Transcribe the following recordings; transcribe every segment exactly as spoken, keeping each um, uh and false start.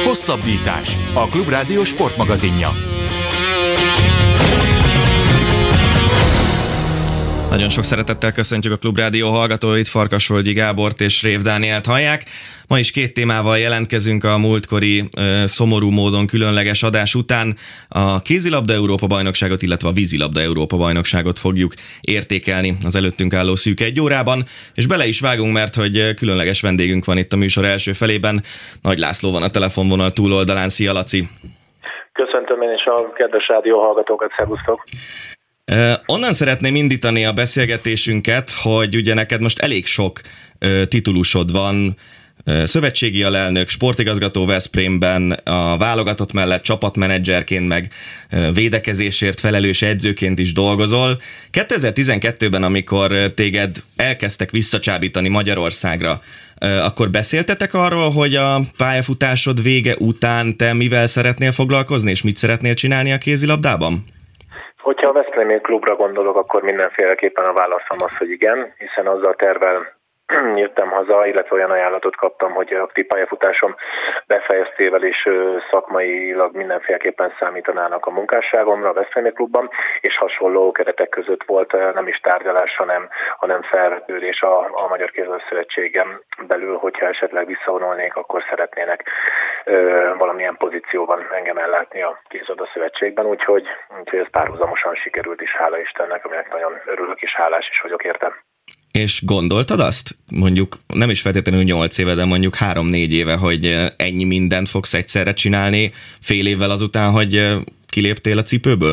Hosszabbítás, a Klubrádió sportmagazinja. Nagyon sok szeretettel köszöntjük a Klubrádió hallgatóit, Farkasvölgyi Gábort és Rév Dánielt hallják. Ma is két témával jelentkezünk a múltkori ö, szomorú módon különleges adás után. A kézilabda Európa-bajnokságot, illetve a vízilabda Európa-bajnokságot fogjuk értékelni az előttünk álló szűk egy órában, és bele is vágunk, mert hogy különleges vendégünk van itt a műsor első felében. Nagy László van a telefonvonal túloldalán. Szia, Laci! Köszöntöm én is a kedves rádió hallgatókat, szervusztok! Onnan szeretném indítani a beszélgetésünket, hogy ugye neked most elég sok uh, titulusod van, uh, szövetségi alelnök, sportigazgató Veszprémben, a válogatott mellett csapatmenedzserként, meg uh, védekezésért felelős edzőként is dolgozol. kétezer-tizenkettőben, amikor téged elkezdtek visszacsábítani Magyarországra, uh, akkor beszéltetek arról, hogy a pályafutásod vége után te mivel szeretnél foglalkozni, és mit szeretnél csinálni a kézilabdában? Hogyha a Veszprémi klubra gondolok, akkor mindenféleképpen a válaszom az, hogy igen, hiszen azzal tervel jöttem haza, illetve olyan ajánlatot kaptam, hogy aktív pályafutásom befejeztével és szakmailag mindenféleképpen számítanának a munkásságomra a Veszprémi klubban, és hasonló keretek között volt nem is tárgyalás, hanem, hanem felvetődés a, a Magyar Kézilabda Szövetségem belül, hogyha esetleg visszavonulnék, akkor szeretnének ö, valamilyen pozícióban engem ellátni a Kézilabda Szövetségben, úgyhogy, úgyhogy ez párhuzamosan sikerült is, hála Istennek, aminek nagyon örülök és hálás is vagyok érte. És gondoltad azt, mondjuk nem is feltétlenül nyolc éve, de mondjuk három-négy éve, hogy ennyi mindent fogsz egyszerre csinálni, fél évvel azután, hogy kiléptél a cipőből?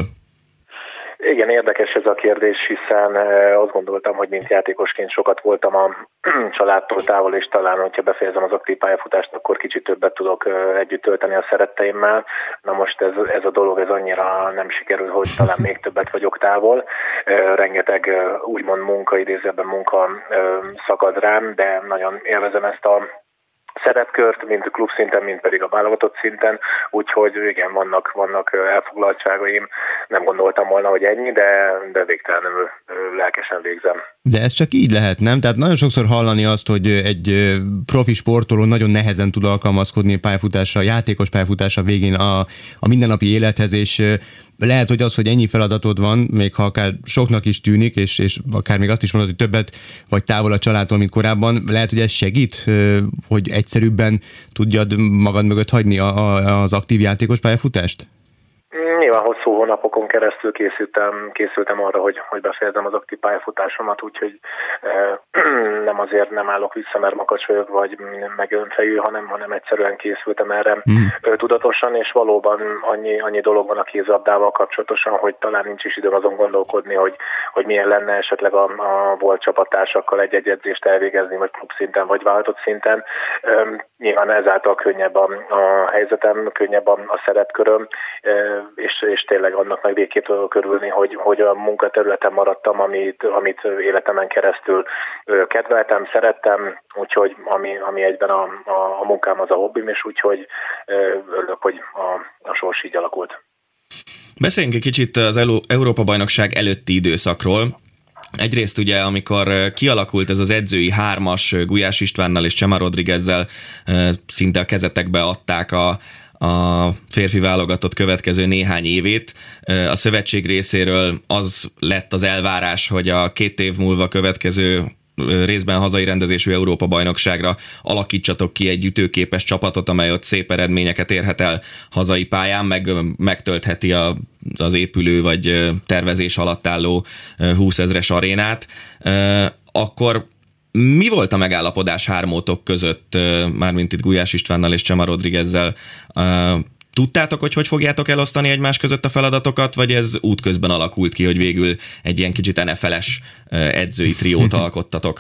Igen, érdekes ez a kérdés, hiszen azt gondoltam, hogy mint játékosként sokat voltam a családtól távol, és talán, hogyha befejezem az aktív pályafutást, akkor kicsit többet tudok együtt tölteni a szeretteimmel. Na most ez, ez a dolog ez annyira nem sikerül, hogy talán még többet vagyok távol. Rengeteg úgymond munka, idézőben munka szakad rám, de nagyon élvezem ezt a szerepkört, mint a klub szinten, mint pedig a válogatott szinten, úgyhogy igen, vannak, vannak elfoglaltságaim, nem gondoltam volna, hogy ennyi, de, de végtelenül lelkesen végzem. De ez csak így lehet, nem? Tehát nagyon sokszor hallani azt, hogy egy profi sportoló nagyon nehezen tud alkalmazkodni pályafutásra, játékos pályafutásra végén a, a mindennapi élethez, és lehet, hogy az, hogy ennyi feladatod van, még ha akár soknak is tűnik, és, és akár még azt is mondod, hogy többet vagy távol a családtól, mint korábban, lehet, hogy ez segít, hogy egyszerűbben tudjad magad mögött hagyni a, a, az aktív játékos pályafutást? Nyilván hosszú hónapokon keresztül készültem, készültem arra, hogy, hogy befejezem az aktív pályafutásomat, úgyhogy e, nem azért nem állok vissza, mert makacs vagyok, vagy meg önfejű, hanem, hanem egyszerűen készültem erre mm. tudatosan, és valóban annyi, annyi dolog van a kézilabdával kapcsolatosan, hogy talán nincs is időm azon gondolkodni, hogy, hogy milyen lenne esetleg a, a volt csapattársakkal egy-egy edzést elvégezni, vagy klub szinten, vagy vállalatot szinten. E, nyilván ezáltal könnyebb a, a helyzetem, könnyebb a, a szerepköröm, e, és, és tényleg annak meg végképp tudok örülni, hogy, hogy a munkaterületen maradtam, amit, amit életemen keresztül kedveltem, szerettem, úgyhogy ami, ami egyben a, a, a munkám az a hobbim, és úgyhogy örülök, hogy a, a sors így alakult. Beszéljünk egy kicsit az Európa-bajnokság előtti időszakról. Egyrészt ugye, amikor kialakult ez az edzői hármas Gulyás Istvánnal és Csema Rodriguezzel, szinte a kezetekbe adták a a férfi válogatott következő néhány évét. A szövetség részéről az lett az elvárás, hogy a két év múlva következő részben hazai rendezésű Európa-bajnokságra alakítsatok ki egy ütőképes csapatot, amely ott szép eredményeket érhet el hazai pályán, meg megtöltheti a, az épülő vagy tervezés alatt álló húszezres arénát. Akkor mi volt a megállapodás hármótok között, mármint itt Gulyás Istvánnal és Csema Rodriguezzel? Tudtátok, hogy hogy fogjátok elosztani egymás között a feladatokat, vagy ez útközben alakult ki, hogy végül egy ilyen kicsit en ef el-es edzői triót alkottatok?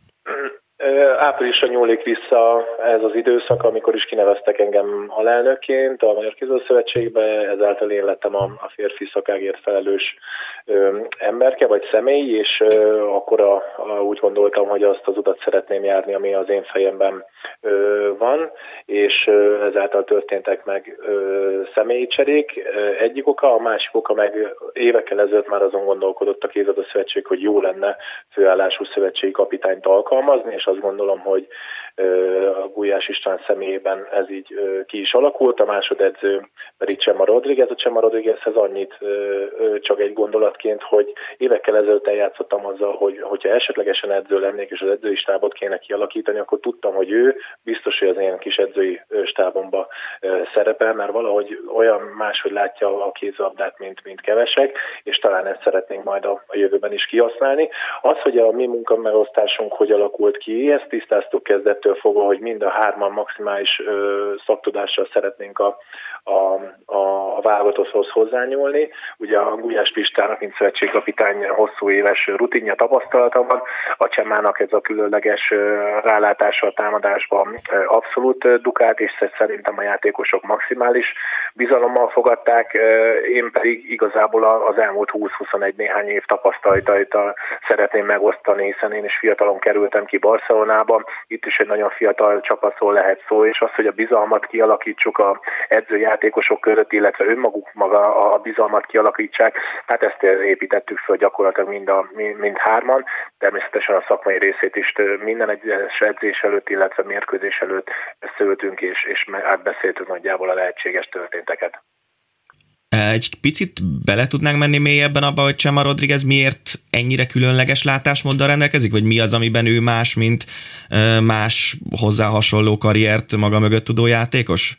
Áprilisra nyúlik vissza ez az időszak, amikor is kineveztek engem alelnökként a Magyar Kézilabda Szövetségbe, ezáltal én lettem a, a férfi szakágért felelős ö, emberke vagy személy, és ö, akkor a, a, úgy gondoltam, hogy azt az utat szeretném járni, ami az én fejemben ö, van, és ö, ezáltal történtek meg ö, személyi cserék. Egyik oka, a másik oka meg évekkel ezelőtt már azon gondolkodott a Kézilabda Szövetség, hogy jó lenne főállású szövetségi kapitányt alkalmazni, és azt gondolom, hogy a Gulyás István személyében ez így ki is alakult, a másodedző pedig Chema Rodriguez. A Chema Rodriguezhez annyit csak egy gondolatként, hogy évekkel ezelőtt eljátszottam azzal, hogy hogyha esetlegesen edző lennék, és az edzői stábot kéne kialakítani, akkor tudtam, hogy ő biztos, hogy az én kis edzői stábomba szerepel, mert valahogy olyan máshogy látja a kézilabdát, mint, mint kevesek, és talán ezt szeretnénk majd a, a jövőben is kihasználni. Az, hogy a mi munkamegosztásunk hogy alakult ki, ezt tisztáztuk kezdettől fogva, hogy mind a hárman maximális ö, szaktudással szeretnénk a, a, a, a válogatotthoz hozzányúlni. Ugye a Gulyás Pistának, mint szövetségkapitány hosszú éves rutinja, tapasztalata van, a Csemának ez a különleges rálátása a támadásban abszolút dukált, és szerintem a játékosok maximális bizalommal fogadták, én pedig igazából az elmúlt húsz-huszonegy néhány év tapasztalatait szeretném megosztani, hiszen én is fiatalon kerültem ki Barcelonába, itt is egy nagyon fiatal csapatról lehet szó, és az, hogy a bizalmat kialakítsuk a edzőjátékosok között, illetve önmaguk maga a bizalmat kialakítsák, hát ezt építettük föl gyakorlatilag mind, a, mind hárman, természetesen a szakmai részét is minden egyes edzés előtt, illetve mérkőzés előtt szültünk, és, és átbeszéltük nagyjából a lehetséges történteket. Egy picit bele tudnánk menni mélyebben abba, hogy Chema Rodriguez miért ennyire különleges látásmóddal rendelkezik, vagy mi az, amiben ő más, mint más hozzá hasonló karriert maga mögött tudó játékos?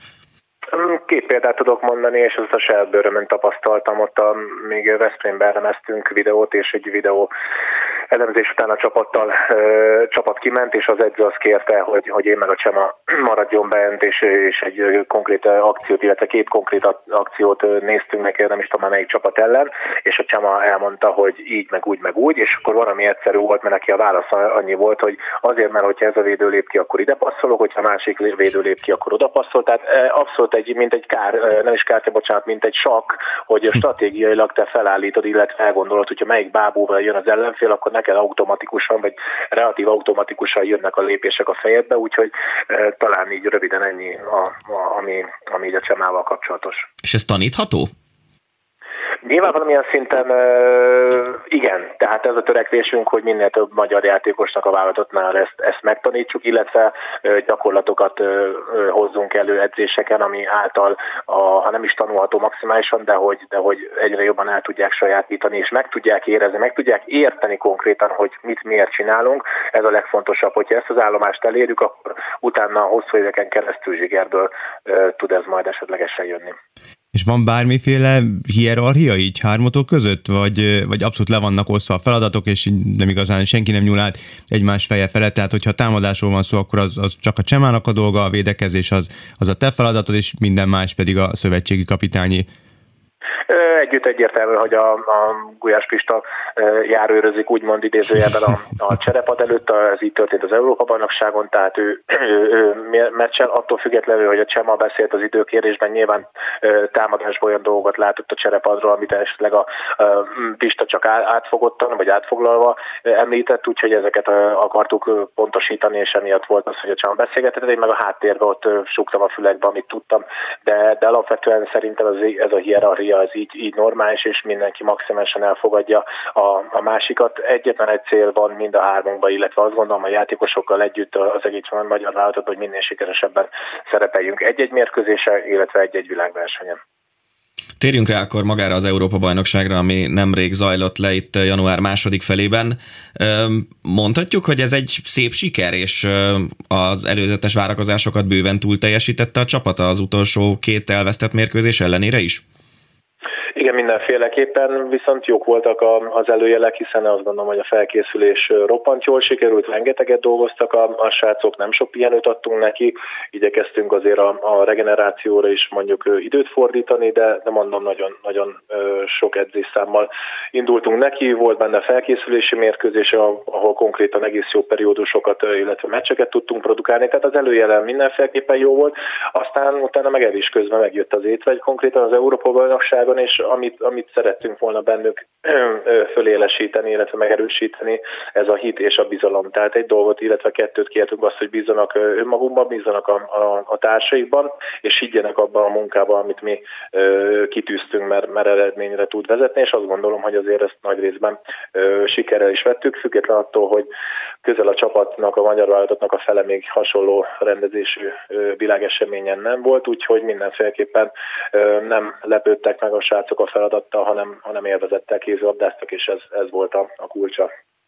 Két példát tudok mondani, és ezt a saját bőrömön tapasztaltam. Ott a, még Veszprémben elemeztünk videót, és egy videó elemzés után a csapattal ö, csapat kiment, és az edző azt kérte, hogy, hogy én meg a Chema maradjon bent, és, és egy konkrét akciót, illetve két konkrét akciót néztünk neki, nem is tudom melyik csapat ellen, és a Chema elmondta, hogy így, meg úgy, meg úgy, és akkor valami egyszerű volt, mert neki a válasz annyi volt, hogy azért, mert hogyha ez a védő lép ki, akkor ide passzolok, hogyha a másik védő lép ki, akkor oda passzol. Tehát abszolút egy, mint egy kár, nem is kártya, bocsánat, mint egy sakk, hogy stratégiailag te felállítod, illetve elgondolod, hogyha melyik bábúval jön az ellenfél, akkor neked automatikusan, vagy relatív automatikusan jönnek a lépések a fejedbe, úgyhogy e, talán így röviden ennyi, a, a, ami, ami így a Csemával kapcsolatos. És ez tanítható? Nyilván valamilyen szinten uh, igen, tehát ez a törekvésünk, hogy minél több magyar játékosnak a válogatottnál ezt, ezt megtanítsuk, illetve uh, gyakorlatokat uh, hozzunk elő edzéseken, ami által, a, ha nem is tanulható maximálisan, de hogy, de hogy egyre jobban el tudják sajátítani, és meg tudják érezni, meg tudják érteni konkrétan, hogy mit miért csinálunk. Ez a legfontosabb, hogyha ezt az állomást elérjük, akkor utána hosszú éveken keresztül zsigerből uh, tud ez majd esetlegesen jönni. És van bármiféle hierarchia így hármatok között, vagy, vagy abszolút le vannak osztva a feladatok, és nem igazán senki nem nyúl át egymás feje felett, tehát hogyha támadásról van szó, akkor az, az csak a Csemának a dolga, a védekezés az, az a te feladatod, és minden más pedig a szövetségi kapitányi. Együtt egyértelmű, hogy a, a Gulyás Pista járőrözik, úgymond idézőjelben a, a cserepad előtt, ez így történt az Európa-bajnokságon, tehát ő, ő, ő meccsel, attól függetlenül, hogy a Chema beszélt az időkérésben, nyilván támadásból olyan dolgokat látott a cserepadról, amit esetleg a, a Pista csak átfogottan, vagy átfoglalva említett, úgyhogy ezeket akartuk pontosítani, és emiatt volt az, hogy a Chema beszélgetett, én meg a háttérbe ott súgtam a fülekbe, amit tudtam, de, de alapvetően szerintem ez, ez a hierarchia, ez így, így normális, és mindenki maximálisan elfogadja a, a másikat. Egyetlen egy cél van mind a hármunkban, illetve azt gondolom a játékosokkal együtt az egész magyar válogatott, hogy minél sikeresebben szerepeljünk egy-egy mérkőzésen, illetve egy-egy világversenyen. Térjünk rá akkor magára az Európa-bajnokságra, ami nemrég zajlott le itt január második felében. Mondhatjuk, hogy ez egy szép siker, és az előzetes várakozásokat bőven túl teljesítette a csapat az utolsó két elvesztett mérkőzés ellenére is? Igen, mindenféleképpen, viszont jók voltak az előjelek, hiszen azt gondolom, hogy a felkészülés roppant jól sikerült, rengeteget dolgoztak a, a srácok, nem sok pihenőt adtunk neki, igyekeztünk azért a, a regenerációra is mondjuk időt fordítani, de, de mondom, nagyon, nagyon sok edzésszámmal indultunk neki, volt benne felkészülési mérkőzés, ahol konkrétan egész jó periódusokat, illetve meccseket tudtunk produkálni, tehát az előjelen mindenféleképpen jó volt, aztán utána meg el is közben megjött az étvegy konkrétan az Európa-bajnokságon, és amit, amit szerettünk volna bennük fölélesíteni, illetve megerősíteni, ez a hit és a bizalom. Tehát egy dolgot, illetve kettőt kértünk azt, hogy bízzanak önmagukban, bízzanak a, a, a társaikban, és higgyenek abban a munkában, amit mi ö, kitűztünk, mert, mert eredményre tud vezetni, és azt gondolom, hogy azért ezt nagy részben ö, sikerrel is vettük, független attól, hogy közel a csapatnak, a magyar vállalatnak a fele még hasonló rendezésű ö, világeseményen nem volt, úgyhogy mindenféleképpen ö, nem lepődtek meg a srácok a feladattal, hanem, hanem élvezettel kézilabdáztak, és ez, ez volt a, a kulcsa.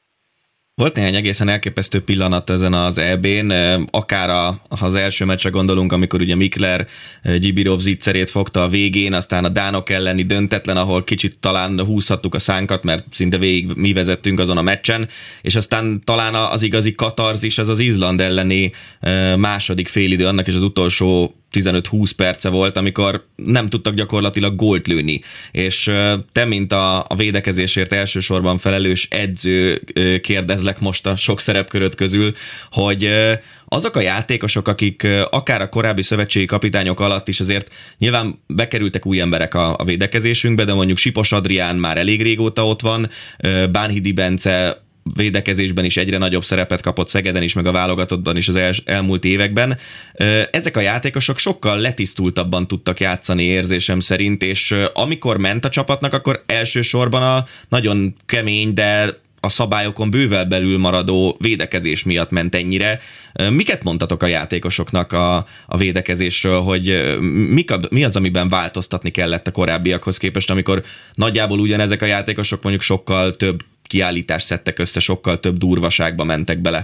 Volt néhány egészen elképesztő pillanat ezen az é bén, akár a, ha az első meccsre gondolunk, amikor ugye Mikler Gyibirov zicserét fogta a végén, aztán a dánok elleni döntetlen, ahol kicsit talán húzhattuk a szánkat, mert szinte végig mi vezettünk azon a meccsen, és aztán talán az igazi katarzis az az Izland elleni második félidő, annak is az utolsó tizenöt-húsz perce volt, amikor nem tudtak gyakorlatilag gólt lőni. És te, mint a, a védekezésért elsősorban felelős edző, kérdezlek most a sok szerepköröd közül, hogy azok a játékosok, akik akár a korábbi szövetségi kapitányok alatt is azért nyilván bekerültek új emberek a, a védekezésünkbe, de mondjuk Sipos Adrián már elég régóta ott van, Bánhidi Bence védekezésben is egyre nagyobb szerepet kapott Szegeden is, meg a válogatottban is az el, elmúlt években. Ezek a játékosok sokkal letisztultabban tudtak játszani érzésem szerint, és amikor ment a csapatnak, akkor elsősorban a nagyon kemény, de a szabályokon bővel belül maradó védekezés miatt ment ennyire. Miket mondtatok a játékosoknak a, a védekezésről, hogy mik a, mi az, amiben változtatni kellett a korábbiakhoz képest, amikor nagyjából ugyanezek a játékosok mondjuk sokkal több kiállítást szedtek össze, sokkal több durvaságba mentek bele?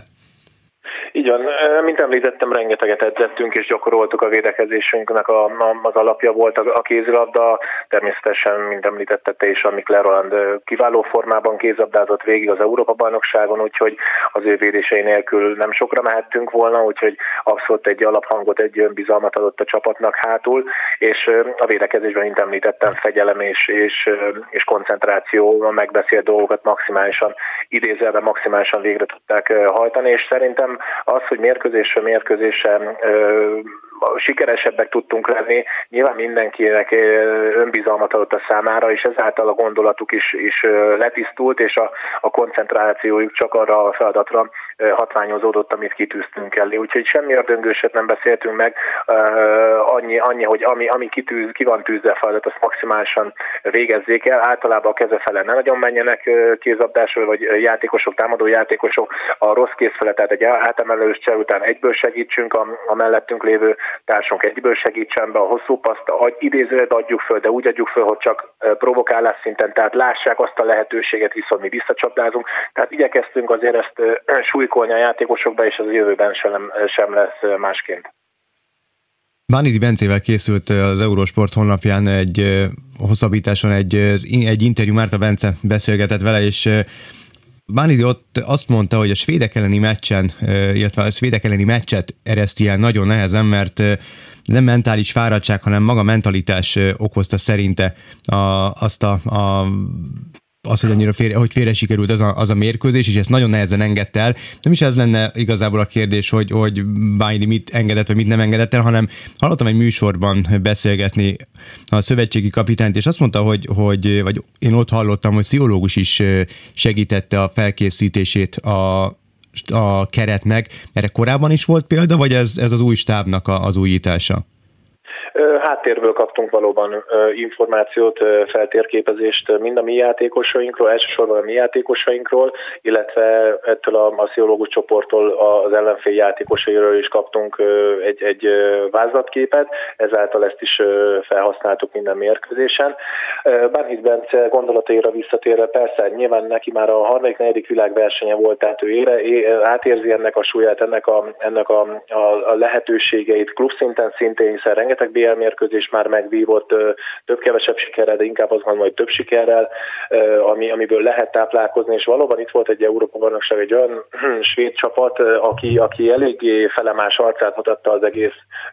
Így van, mint említettem, rengeteget edzettünk és gyakoroltuk a védekezésünknek a, a, az alapja volt a, a kézilabda. Természetesen, mint említette te is, a Mikler Roland kiváló formában kézilabdázott végig az Európa-bajnokságon, úgyhogy az ő védései nélkül nem sokra mehettünk volna, úgyhogy abszolút egy alaphangot, egy önbizalmat adott a csapatnak hátul, és a védekezésben, mint említettem, fegyelem és, és, és koncentráció, a megbeszélt dolgokat maximálisan idézőjelben maximálisan végre tudták hajtani, és szerintem az, hogy mérkőzésről mérkőzésre ö, sikeresebbek tudtunk lenni, nyilván mindenkinek önbizalmat adott a számára, és ezáltal a gondolatuk is, is letisztult, és a, a koncentrációjuk csak arra a feladatra hatványozódott, amit kitűztünk elé. Úgyhogy semmi ördöngőset nem beszéltünk meg, annyi, annyi hogy ami, ami kitűz, ki van tűzve feladat, azt maximálisan végezzék el. Általában a keze fele ne nagyon menjenek kézabdásról, vagy játékosok, támadó játékosok, a rossz kézfele, tehát egy átemelős csel után egyből segítsünk, a, a mellettünk lévő társunk egyből segítsen be, a hosszú paszt, idézőleg adjuk föl, de úgy adjuk föl, hogy csak provokálás szinten, tehát lássák azt a lehetőséget, viszont mi visszacsapdázunk. Tehát igyekeztünk azért ezt súlykolni a játékosokba, és az jövőben sem, sem lesz másként. Bánhidi Bencével készült az Eurosport honlapján egy hosszabbításon egy, egy interjú, Márta Bence beszélgetett vele, és Bánhidi ott azt mondta, hogy a svédek elleni meccsen, illetve a svédek elleni meccset ereszti el nagyon nehezen, mert nem mentális fáradtság, hanem maga mentalitás okozta szerinte a, azt a, a az, hogy annyira félre, hogy félre sikerült az a, az a mérkőzés, és ezt nagyon nehezen engedte el. Nem is ez lenne igazából a kérdés, hogy, hogy Bánhidi mit engedett, vagy mit nem engedett el, hanem hallottam egy műsorban beszélgetni a szövetségi kapitányt, és azt mondta, hogy, hogy vagy én ott hallottam, hogy pszichológus is segítette a felkészítését a, a keretnek. Erre korábban is volt példa, vagy ez, ez az új stábnak a, az újítása? Háttérből kaptunk valóban információt, feltérképezést mind a mi játékosainkról, elsősorban a mi játékosainkról, illetve ettől a pszichológus csoporttól az ellenfél játékosairól is kaptunk egy, egy vázlatképet, ezáltal ezt is felhasználtuk minden mérkőzésen. Bánhidi Bence gondolataira visszatérve, persze nyilván neki már a harmadik, negyedik világversenye volt, tehát ő ére, átérzi ennek a súlyát, ennek a, ennek a, a, a lehetőségeit klubszinten szintén, hiszen rengeteg bé el mérkőzés már megvívott, több-kevesebb sikerrel, de inkább azt mondom, hogy több sikerrel, ami, amiből lehet táplálkozni, és valóban itt volt egy Európa-bajnokság, egy olyan svéd csapat, aki, aki eléggé felemás arcát mutatta az egész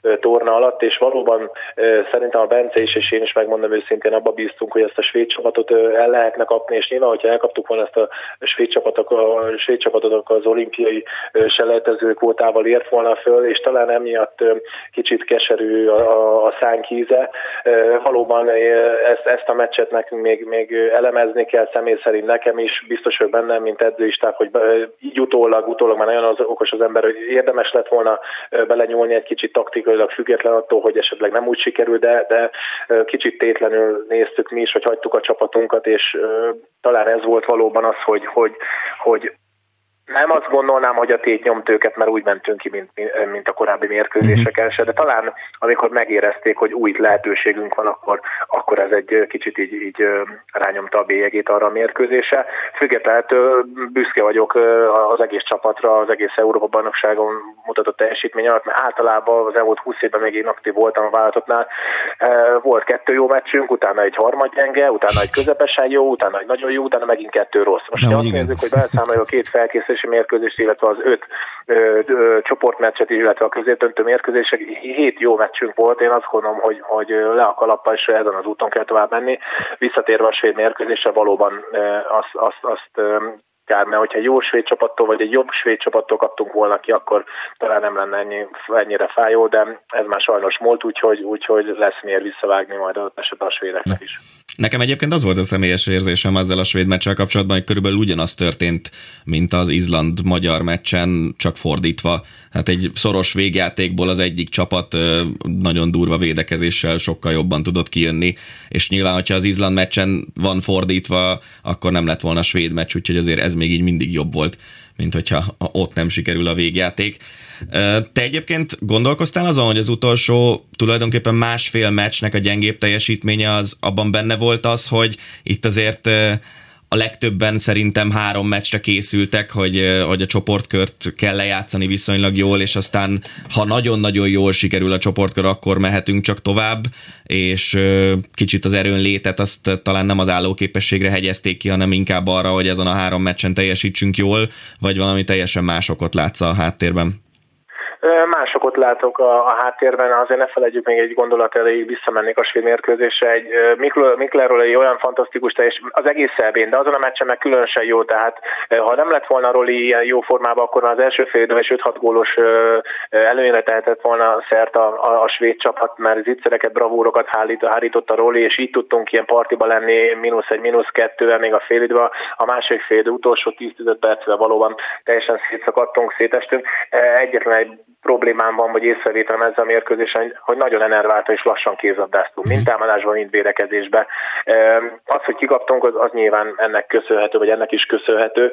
torna alatt, és valóban szerintem a Bence is, és én is megmondom őszintén, abba bíztunk, hogy ezt a svéd csapatot el lehetne kapni, és nyilván, hogyha elkaptuk volna ezt a svéd csapatok, a svéd csapatot az olimpiai selejtező kvótával ért volna föl, és talán emiatt kicsit keserű a, a szánk íze. Valóban ezt, ezt a meccset nekünk még, még elemezni kell, személy szerint nekem is, biztos, hogy bennem, mint edzőistáb, hogy így utólag, utólag már nagyon az, okos az ember, hogy érdemes lett volna belenyúlni egy kicsit taktikailag független attól, hogy esetleg nem úgy sikerül, de, de kicsit tétlenül néztük mi is, hogy hagytuk a csapatunkat, és talán ez volt valóban az, hogy, hogy, hogy nem azt gondolnám, hogy a tét nyomt őket, mert úgy mentünk ki, mint, mint a korábbi mérkőzéseken se, de talán amikor megérezték, hogy új lehetőségünk van, akkor, akkor ez egy kicsit így, így rányomta a bélyegét arra a mérkőzésre. Függetlenül büszke vagyok az egész csapatra, az egész Európa-bajnokságon mutatott teljesítmény alatt, mert általában az elmúlt húsz évben még én aktív voltam a válogatottnál. Volt kettő jó meccsünk, utána egy harmadgyenge, utána egy közepesen jó, utána egy nagyon jó, utána megint kettő rossz. Most no, azt nézzük, hogy beleszámoljuk a két felkészülés mérkőzést, illetve az öt ö, ö, csoportmeccset, illetve a középdöntő mérkőzések, hét jó meccsünk volt. Én azt gondolom, hogy, hogy le a kalappal, és ezen az úton kell tovább menni. Visszatérve a svéd mérkőzésre, valóban azt, azt, azt kár, mert hogyha jó svéd csapattól, vagy egy jobb svéd csapattól kaptunk volna ki, akkor talán nem lenne ennyi, ennyire fájó, de ez már sajnos múlt, úgyhogy, úgyhogy lesz miért visszavágni majd az esetben a svédeknek is. Nekem egyébként az volt a személyes érzésem ezzel a svéd meccsel kapcsolatban, hogy körülbelül ugyanaz történt, mint az Izland-magyar meccsen, csak fordítva. Hát egy szoros végjátékból az egyik csapat nagyon durva védekezéssel sokkal jobban tudott kijönni, és nyilván, hogyha az Izland meccsen van fordítva, akkor nem lett volna svéd meccs, úgyhogy azért ez még így mindig jobb volt, mint hogyha ott nem sikerül a végjáték. Te egyébként gondolkoztál azon, hogy az utolsó tulajdonképpen másfél meccsnek a gyengébb teljesítménye az abban benne volt az, hogy itt azért a legtöbben szerintem három meccsre készültek, hogy, hogy a csoportkört kell lejátszani viszonylag jól, és aztán ha nagyon-nagyon jól sikerül a csoportkör, akkor mehetünk csak tovább, és kicsit az erőnlétet azt talán nem az állóképességre hegyezték ki, hanem inkább arra, hogy ezen a három meccsen teljesítsünk jól, vagy valami teljesen más okot látsz a háttérben? Másokot látok a, a háttérben, azért ne felejtjük még egy gondolat elejéig, visszamennék a svéd mérkőzésre. Egy Miklerről egy olyan fantasztikus teljes, az egész elbén, de azon a meccsen meg különösen jó, tehát ha nem lett volna Roli ilyen jó formában, akkor az első fél időben és öt-hat gólos előnyre tehetett volna szert a, a, a svéd csapat, mert zicsereket, bravúrokat hárított a Roli, és így tudtunk ilyen partiba lenni, mínusz egy, mínusz kettővel még a fél időben, a másik fél idő utolsó tíz-tizenöt percben valóban teljesen szétszakadtunk, szétestünk. Egyetlen egy problémám van, vagy észrevételem ezzel a mérkőzésen, hogy nagyon enerváltan és lassan kézlabdáztunk, mind támadásban, mind védekezésben. Az, hogy kikaptunk, az, az nyilván ennek köszönhető, vagy ennek is köszönhető.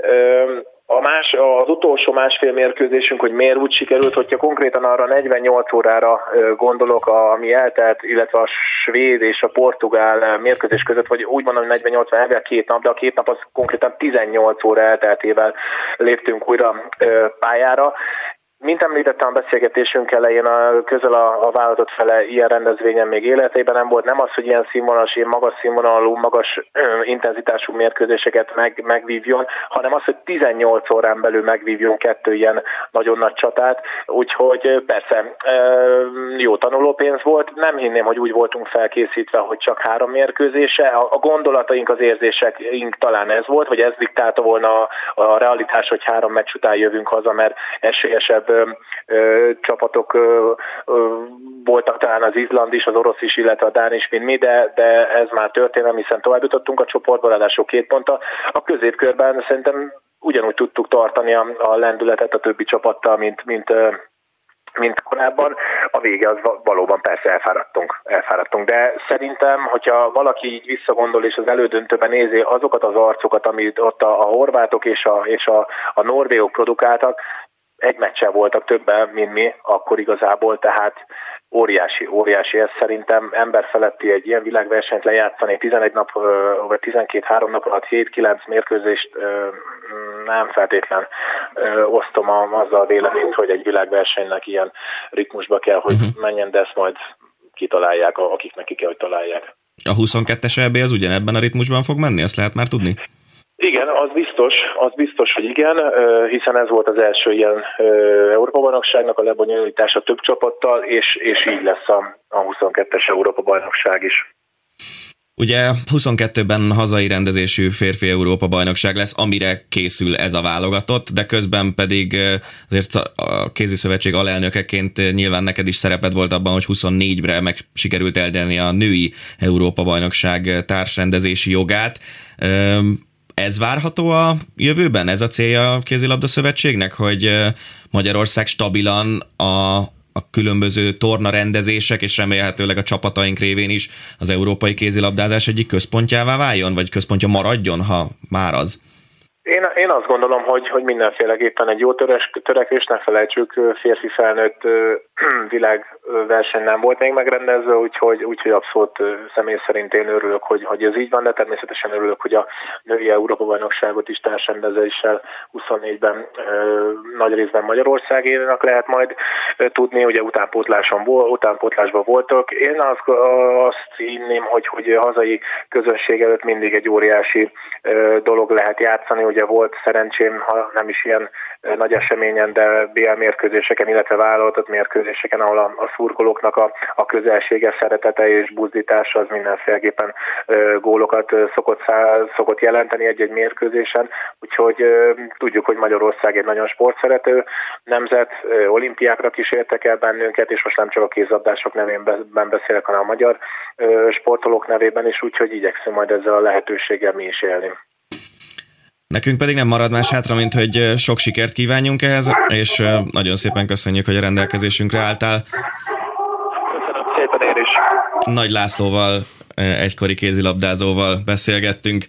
A más, az utolsó másfél mérkőzésünk, hogy miért úgy sikerült, hogyha konkrétan arra negyvennyolc órára gondolok, ami eltelt, illetve a svéd és a portugál mérkőzés között, vagy úgy mondom, hogy negyvennyolc óra, két nap, de a két nap az konkrétan tizennyolc óra elteltével léptünk újra pályára. Mint említettem a beszélgetésünk elején, a, közel a, a vállalatot fele ilyen rendezvényen még életében nem volt. Nem az, hogy ilyen színvonalas, ilyen magas színvonalú, magas ö, intenzitású mérkőzéseket meg, megvívjon, hanem az, hogy tizennyolc órán belül megvívjon kettő ilyen nagyon nagy csatát. Úgyhogy persze ö, jó tanulópénz volt. Nem hinném, hogy úgy voltunk felkészítve, hogy csak három mérkőzése. A, a gondolataink, az érzéseink talán ez volt, vagy ez diktálta volna a, a realitás, hogy három meccs után jövünk haza, mert esélyesebb Ö, ö, csapatok ö, ö, voltak, talán az Izland is, az orosz is, illetve a Dán is, mint mi, de, de ez már történelem, hiszen tovább jutottunk a csoportba, ráadásul két ponttal. A középkörben szerintem ugyanúgy tudtuk tartani a, a lendületet a többi csapattal, mint, mint, mint korábban. A vége az valóban persze elfáradtunk, elfáradtunk, de szerintem, hogyha valaki így visszagondol és az elődöntőben nézi azokat az arcokat, amit ott a, a horvátok és a, és a, a norvégok produkáltak, egy meccsel voltak többen, mint mi, akkor igazából, tehát óriási, óriási ez szerintem emberfeletti egy ilyen világversenyt lejátszani, tizenegy nap, vagy tizenkét-három nap alatt hét-kilenc mérkőzést nem feltétlen osztom azzal a véleményt, hogy egy világversenynek ilyen ritmusba kell, hogy menjen, de ezt majd kitalálják, akik neki kell, hogy találják. A huszonkettes é bé az ugyanebben a ritmusban fog menni? Ezt lehet már tudni? Igen, az biztos, az biztos, hogy igen, hiszen ez volt az első ilyen Európa-bajnokságnak a lebonyolítása több csapattal, és, és így lesz a, a huszonkettes Európa-bajnokság is. Ugye huszonkettőben hazai rendezésű férfi Európa-bajnokság lesz, amire készül ez a válogatott, de közben pedig azért a kéziszövetség alelnökeként nyilván neked is szereped volt abban, hogy huszonnégyre meg sikerült eldelni a női Európa-bajnokság társrendezési jogát. Ez várható a jövőben? Ez a célja a kézilabda szövetségnek, hogy Magyarország stabilan a a különböző torna rendezések, és remélhetőleg a csapataink révén is az európai kézilabdázás egyik központjává váljon, vagy központja maradjon, ha már az? Én, én azt gondolom, hogy, hogy mindenféleképpen egy jó töres, törekvés, ne felejtsük, férfi felnőtt világverseny nem volt még megrendezve, úgyhogy, úgyhogy abszolút személy szerint én örülök, hogy, hogy ez így van, de természetesen örülök, hogy a női Európa-bajnokságot is társrendezéssel huszonnégyben nagy részben Magyarországénak lehet majd tudni, ugye utánpótláson, utánpótlásban voltak. Én azt, azt hinném, hogy, hogy a hazai közönség előtt mindig egy óriási dolog lehet játszani. Ugye volt szerencsém, ha nem is ilyen nagy eseményen, de bé el mérkőzéseken, illetve vállalatott mérkőzéseken, ahol a, a szurkolóknak a, a közelsége, szeretete és buzdítása az mindenféleképpen e, gólokat szokott, szá, szokott jelenteni egy-egy mérkőzésen, úgyhogy e, tudjuk, hogy Magyarország egy nagyon sportszerető nemzet, e, olimpiákra kísértek el bennünket, és most nem csak a kézlabdások nevében beszélek, hanem a magyar e, sportolók nevében is, úgyhogy igyekszünk majd ezzel a lehetőséggel mi is élni. Nekünk pedig nem marad más hátra, mint hogy sok sikert kívánjunk ehhez, és nagyon szépen köszönjük, hogy a rendelkezésünkre álltál. Köszönöm szépen én is. Nagy Lászlóval, egykori kézilabdázóval beszélgettünk.